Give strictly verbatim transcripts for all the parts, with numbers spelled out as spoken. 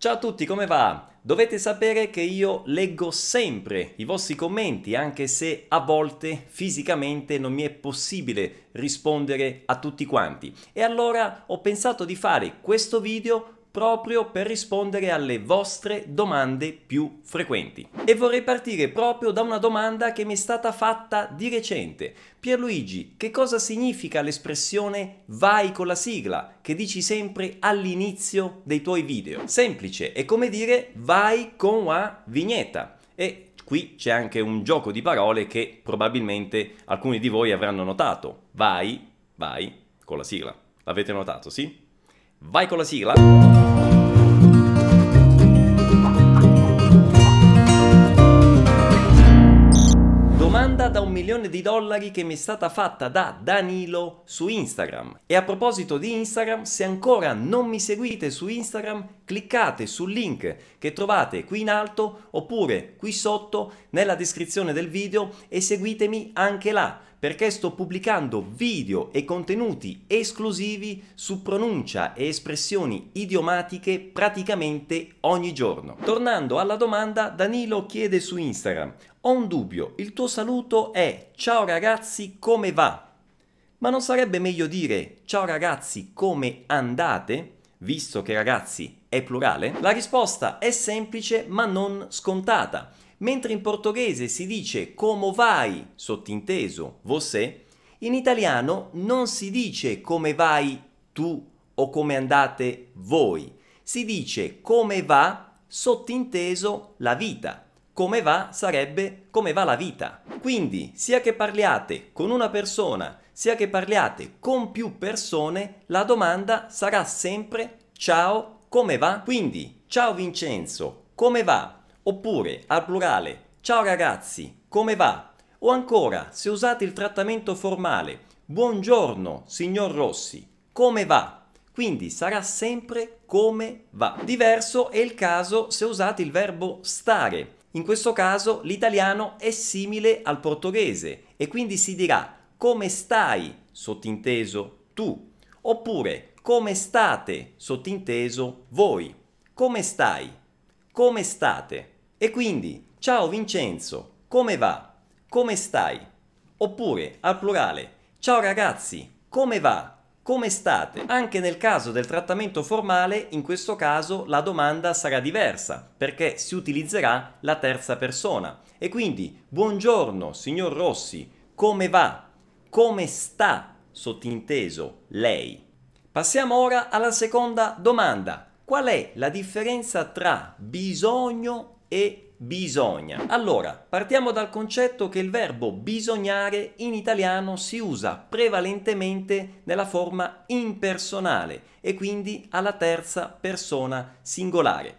Ciao a tutti, come va? Dovete sapere che io leggo sempre i vostri commenti, anche se a volte fisicamente non mi è possibile rispondere a tutti quanti. E allora ho pensato di fare questo video proprio per rispondere alle vostre domande più frequenti. E vorrei partire proprio da una domanda che mi è stata fatta di recente. Pierluigi, che cosa significa l'espressione vai con la sigla che dici sempre all'inizio dei tuoi video? Semplice, è come dire vai con la vignetta. E qui c'è anche un gioco di parole che probabilmente alcuni di voi avranno notato. Vai, vai con la sigla. L'avete notato, sì? Vai con la sigla. Domanda da un milione di dollari che mi è stata fatta da Danilo su Instagram. E a proposito di Instagram, se ancora non mi seguite su Instagram, cliccate sul link che trovate qui in alto oppure qui sotto nella descrizione del video e seguitemi anche là, perché sto pubblicando video e contenuti esclusivi su pronuncia e espressioni idiomatiche praticamente ogni giorno. Tornando alla domanda, Danilo chiede su Instagram: ho un dubbio, il tuo saluto è ciao ragazzi, come va? Ma non sarebbe meglio dire ciao ragazzi, come andate? Visto che ragazzi è plurale? La risposta è semplice ma non scontata. Mentre in portoghese si dice como vai, sottinteso você, in italiano non si dice come vai tu o come andate voi, si dice come va, sottinteso la vita. Come va sarebbe come va la vita. Quindi, sia che parliate con una persona, sia che parliate con più persone, la domanda sarà sempre ciao, come va? Quindi, ciao Vincenzo, come va? Oppure, al plurale, ciao ragazzi, come va? O ancora, se usate il trattamento formale, buongiorno, signor Rossi, come va? Quindi sarà sempre come va. Diverso è il caso se usate il verbo stare. In questo caso l'italiano è simile al portoghese e quindi si dirà come stai, sottinteso tu, oppure come state, sottinteso voi. Come stai? Come state? E quindi, ciao Vincenzo, come va? Come stai? Oppure, al plurale, ciao ragazzi, come va? Come state? Anche nel caso del trattamento formale, in questo caso la domanda sarà diversa, perché si utilizzerà la terza persona. E quindi, buongiorno, signor Rossi, come va? Come sta? Sottinteso, lei. Passiamo ora alla seconda domanda. Qual è la differenza tra bisogno e bisogna? Allora, partiamo dal concetto che il verbo bisognare in italiano si usa prevalentemente nella forma impersonale e quindi alla terza persona singolare.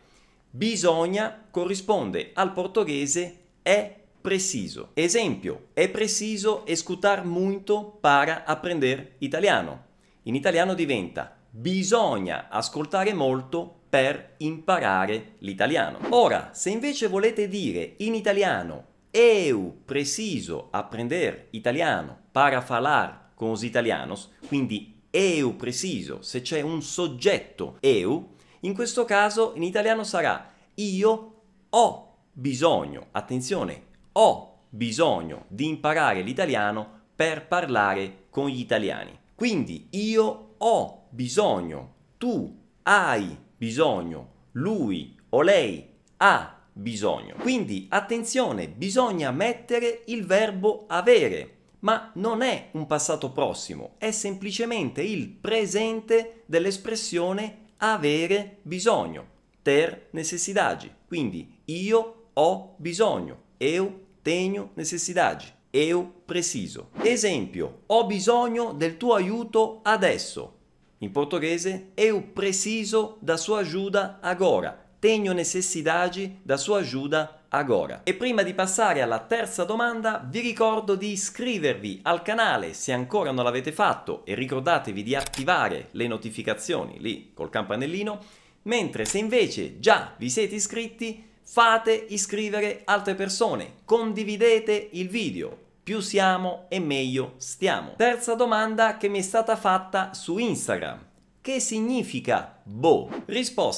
Bisogna corrisponde al portoghese è preciso. Esempio, è preciso escutar muito para aprender italiano. In italiano diventa bisogna ascoltare molto per imparare l'italiano. Ora, se invece volete dire in italiano eu preciso aprender italiano para falar con os italianos, quindi eu preciso, se c'è un soggetto eu, in questo caso in italiano sarà io ho bisogno, attenzione, ho bisogno di imparare l'italiano per parlare con gli italiani. Quindi io ho bisogno, tu hai bisogno, lui o lei ha bisogno. Quindi attenzione, bisogna mettere il verbo avere, ma non è un passato prossimo, è semplicemente il presente dell'espressione avere bisogno, ter necessidade. Quindi io ho bisogno, eu tenho necessidade. Eu preciso. Esempio, ho bisogno del tuo aiuto adesso. In portoghese, eu preciso da sua ajuda agora. Tenho necessidade da sua ajuda agora. E prima di passare alla terza domanda, vi ricordo di iscrivervi al canale se ancora non l'avete fatto e ricordatevi di attivare le notificazioni lì col campanellino, mentre se invece già vi siete iscritti, fate iscrivere altre persone, condividete il video. Più siamo e meglio stiamo. Terza domanda che mi è stata fatta su Instagram. Che significa boh? Risposta.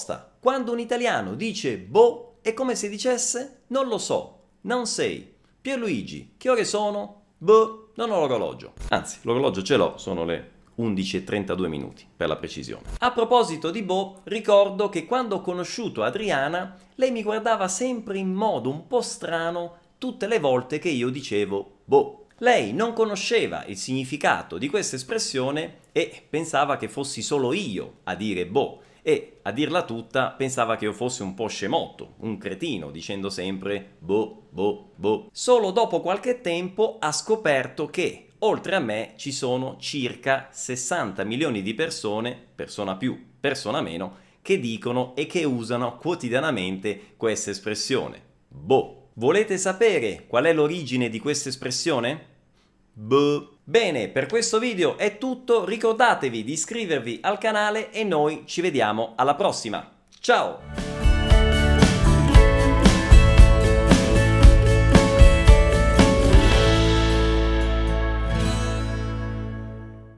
Quando un italiano dice boh, è come se dicesse non lo so, non sei. Pierluigi, che ore sono? Boh, non ho l'orologio. Anzi, l'orologio ce l'ho, sono le undici e trentadue minuti, per la precisione. A proposito di boh, ricordo che quando ho conosciuto Adriana, lei mi guardava sempre in modo un po' strano tutte le volte che io dicevo boh. Lei non conosceva il significato di questa espressione e pensava che fossi solo io a dire boh. E, a dirla tutta, pensava che io fossi un po' scemotto, un cretino, dicendo sempre boh, boh, boh. Solo dopo qualche tempo ha scoperto che, oltre a me, ci sono circa sessanta milioni di persone, persona più, persona meno, che dicono e che usano quotidianamente questa espressione. Boh. Volete sapere qual è l'origine di questa espressione? Boh. Bene, per questo video è tutto, ricordatevi di iscrivervi al canale e noi ci vediamo alla prossima. Ciao!